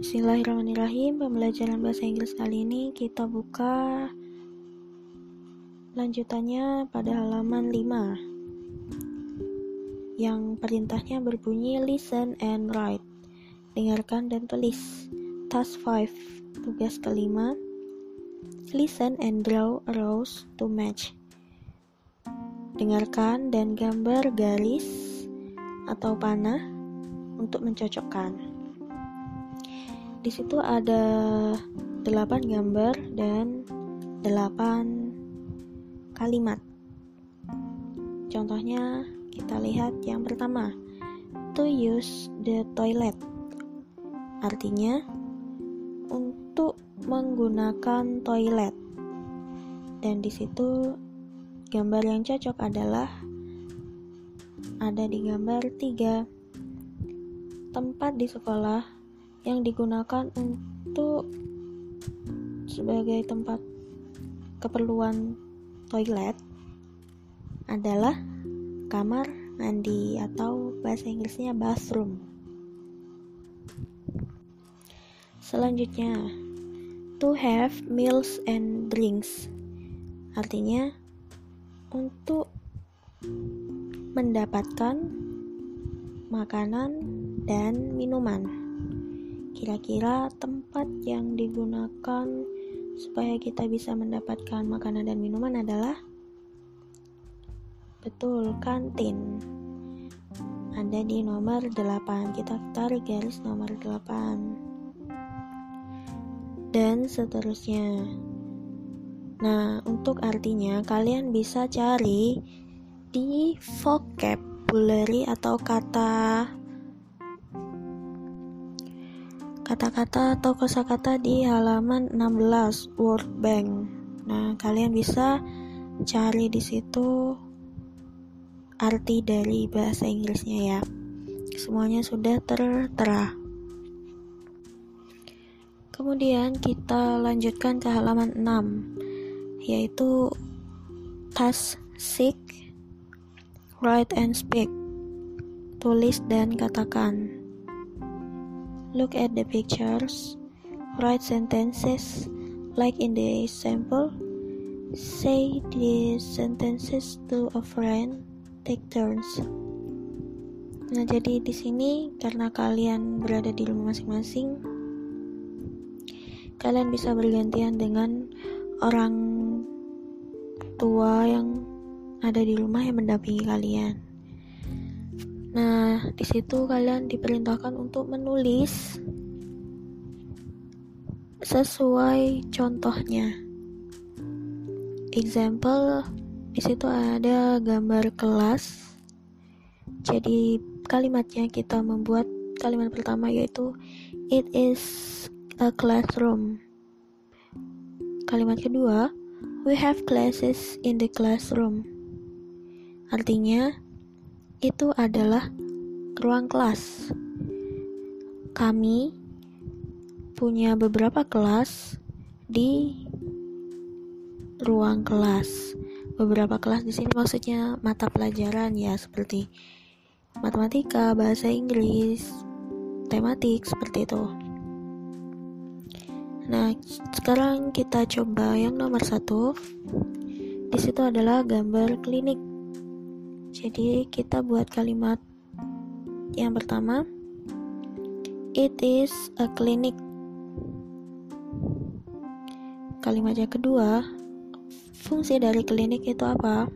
Bismillahirrahmanirrahim. Pembelajaran bahasa Inggris kali ini kita buka lanjutannya pada halaman 5 yang perintahnya berbunyi listen and write, dengarkan dan tulis. Task 5, tugas kelima, listen and draw arrows to match, dengarkan dan gambar garis atau panah untuk mencocokkan. Di situ ada 8 gambar dan 8 kalimat. Contohnya kita lihat yang pertama, to use the toilet. Artinya untuk menggunakan toilet. Dan di situ gambar yang cocok adalah ada di gambar 3. Tempat di sekolah yang digunakan untuk sebagai tempat keperluan toilet adalah kamar mandi atau bahasa Inggrisnya bathroom. Selanjutnya, to have meals and drinks. Artinya untuk mendapatkan makanan dan minuman. Kira-kira tempat yang digunakan supaya kita bisa mendapatkan makanan dan minuman adalah betul, kantin. Ada di nomor 8. Kita tarik garis nomor 8. Dan seterusnya. Nah, untuk artinya kalian bisa cari di vocabulary atau kata-kata atau kosakata di halaman 16 Word Bank. Nah, kalian bisa cari di situ arti dari bahasa Inggrisnya ya. Semuanya sudah tertera. Kemudian kita lanjutkan ke halaman 6, yaitu task 6, write and speak. Tulis dan katakan. Look at the pictures, write sentences like in the example. Say the sentences to a friend, take turns. Nah, jadi di sini karena kalian berada di rumah masing-masing, kalian bisa bergantian dengan orang tua yang ada di rumah yang mendampingi kalian. Nah, di situ kalian diperintahkan untuk menulis sesuai contohnya. Example, di situ ada gambar kelas. Jadi kalimatnya kita membuat kalimat pertama yaitu it is a classroom. Kalimat kedua, we have classes in the classroom. Artinya itu adalah ruang kelas. Kami punya beberapa kelas di ruang kelas. Beberapa kelas di sini maksudnya mata pelajaran ya, seperti matematika, bahasa Inggris, tematik, seperti itu. Nah, sekarang kita coba yang nomor 1. Di situ adalah gambar klinik. Jadi kita buat kalimat yang pertama, it is a clinic. Kalimat yang kedua, fungsi dari klinik itu apa?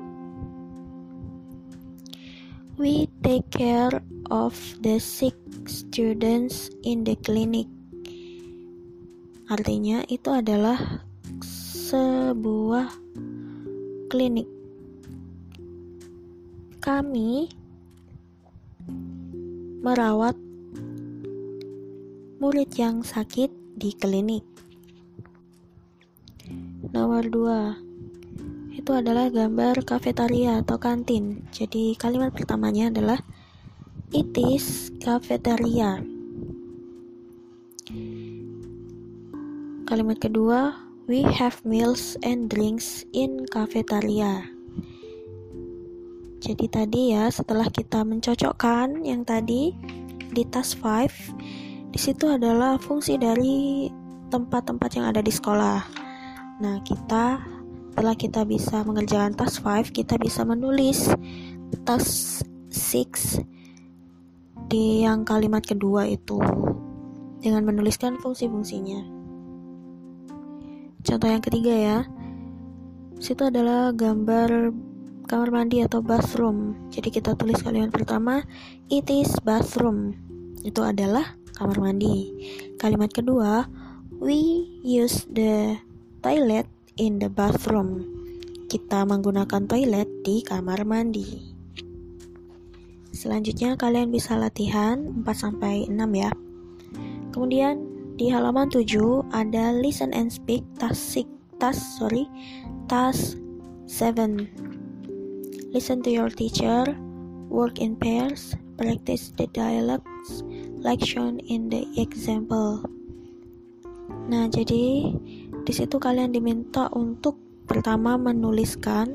We take care of the sick students in the clinic. Artinya itu adalah sebuah klinik. Kami merawat murid yang sakit di klinik. Nomor 2, itu adalah gambar kafetaria atau kantin. Jadi kalimat pertamanya adalah it is cafeteria. Kalimat kedua, we have meals and drinks in cafeteria. Jadi tadi ya, setelah kita mencocokkan yang tadi di task 5, Di situ adalah fungsi dari tempat-tempat yang ada di sekolah. Nah, setelah kita bisa mengerjakan task 5, kita bisa menulis task 6 di yang kalimat kedua itu dengan menuliskan fungsi-fungsinya. Contoh yang ketiga ya. Situ adalah gambar kamar mandi atau bathroom. Jadi kita tulis kalimat pertama, it is bathroom. Itu adalah kamar mandi. Kalimat kedua, we use the toilet in the bathroom. Kita menggunakan toilet di kamar mandi. Selanjutnya kalian bisa latihan 4-6 ya. Kemudian di halaman 7 ada listen and speak task 7. Listen to your teacher, work in pairs, practice the dialogues like shown in the example. Nah, jadi di situ kalian diminta untuk pertama menuliskan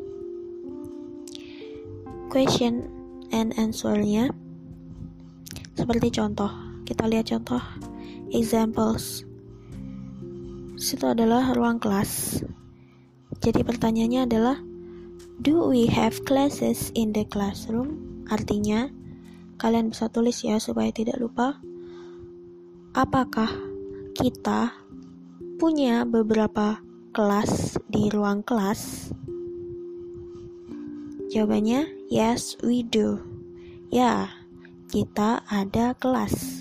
question and answer-nya seperti contoh. Kita lihat contoh examples. Situ adalah ruang kelas. Jadi pertanyaannya adalah, do we have classes in the classroom? Artinya kalian bisa tulis ya supaya tidak lupa. Apakah kita punya beberapa kelas di ruang kelas? Jawabannya, yes we do. Ya, kita ada kelas.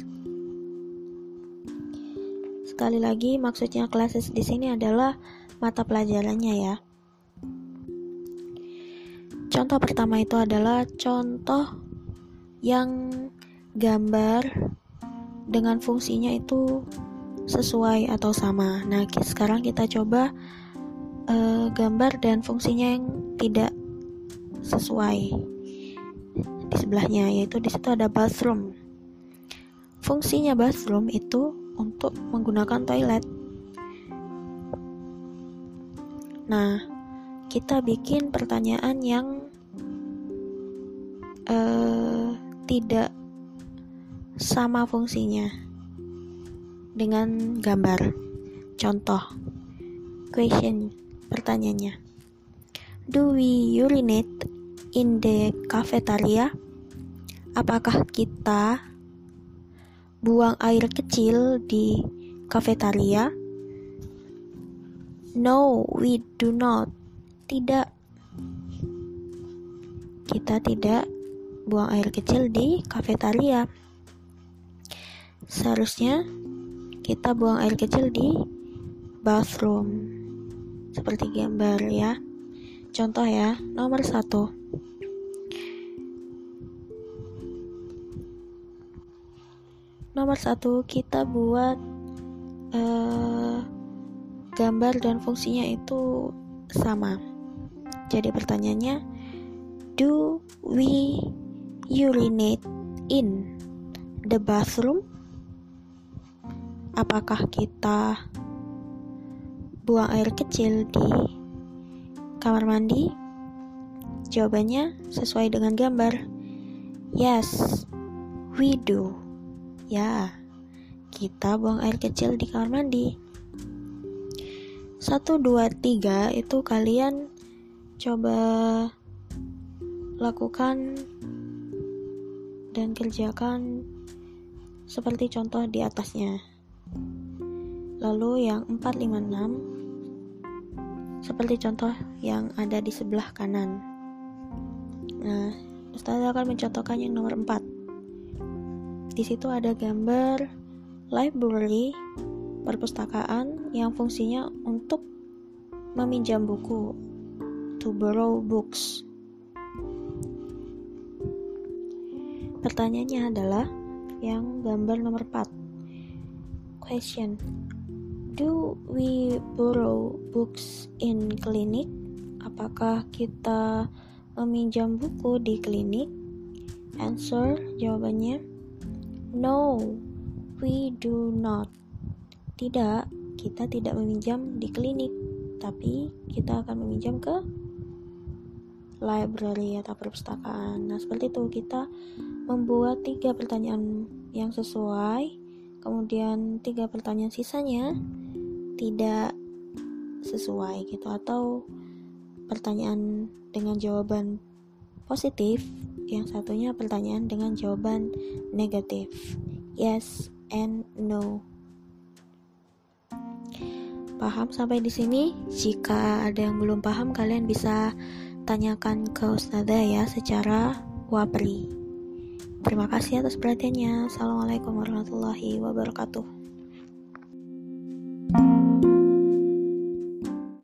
Sekali lagi, maksudnya classes di sini adalah mata pelajarannya ya. Contoh pertama itu adalah contoh yang gambar dengan fungsinya itu sesuai atau sama. Nah, sekarang kita coba gambar dan fungsinya yang tidak sesuai di sebelahnya, yaitu di situ ada bathroom. Fungsinya bathroom itu untuk menggunakan toilet. Nah, kita bikin pertanyaan yang tidak sama fungsinya dengan gambar. Contoh question, pertanyaannya, do we urinate in the cafeteria? Apakah kita buang air kecil di cafeteria? No, we do not. Tidak. Kita tidak buang air kecil di cafeteria. Seharusnya kita buang air kecil di bathroom. Seperti gambar ya. Contoh ya, nomor 1. Nomor 1, kita buat gambar dan fungsinya itu sama. Jadi pertanyaannya, do we urinate in the bathroom? Apakah kita buang air kecil di kamar mandi? Jawabannya sesuai dengan gambar. Yes, we do. Ya, kita buang air kecil di kamar mandi. 1, 2, 3 itu kalian coba lakukan dan kerjakan seperti contoh di atasnya. Lalu yang 4, 5, 6 seperti contoh yang ada di sebelah kanan. Nah, Ustaz akan mencontohkan yang nomor 4. Di situ ada gambar library, perpustakaan yang fungsinya untuk meminjam buku, to borrow books. Pertanyaannya adalah yang gambar nomor 4. Question, do we borrow books in clinic? Apakah kita meminjam buku di klinik? Answer, jawabannya, no, we do not. Tidak, kita tidak meminjam di klinik, tapi kita akan meminjam ke library atau perpustakaan. Nah, seperti itu kita membuat 3 pertanyaan yang sesuai kemudian 3 pertanyaan sisanya tidak sesuai gitu, atau pertanyaan dengan jawaban positif, yang satunya pertanyaan dengan jawaban negatif, yes and no. Paham sampai di sini? Jika ada yang belum paham, kalian bisa tanyakan ke Ustazah ya secara wapri. Terima kasih atas perhatiannya. Assalamualaikum warahmatullahi wabarakatuh.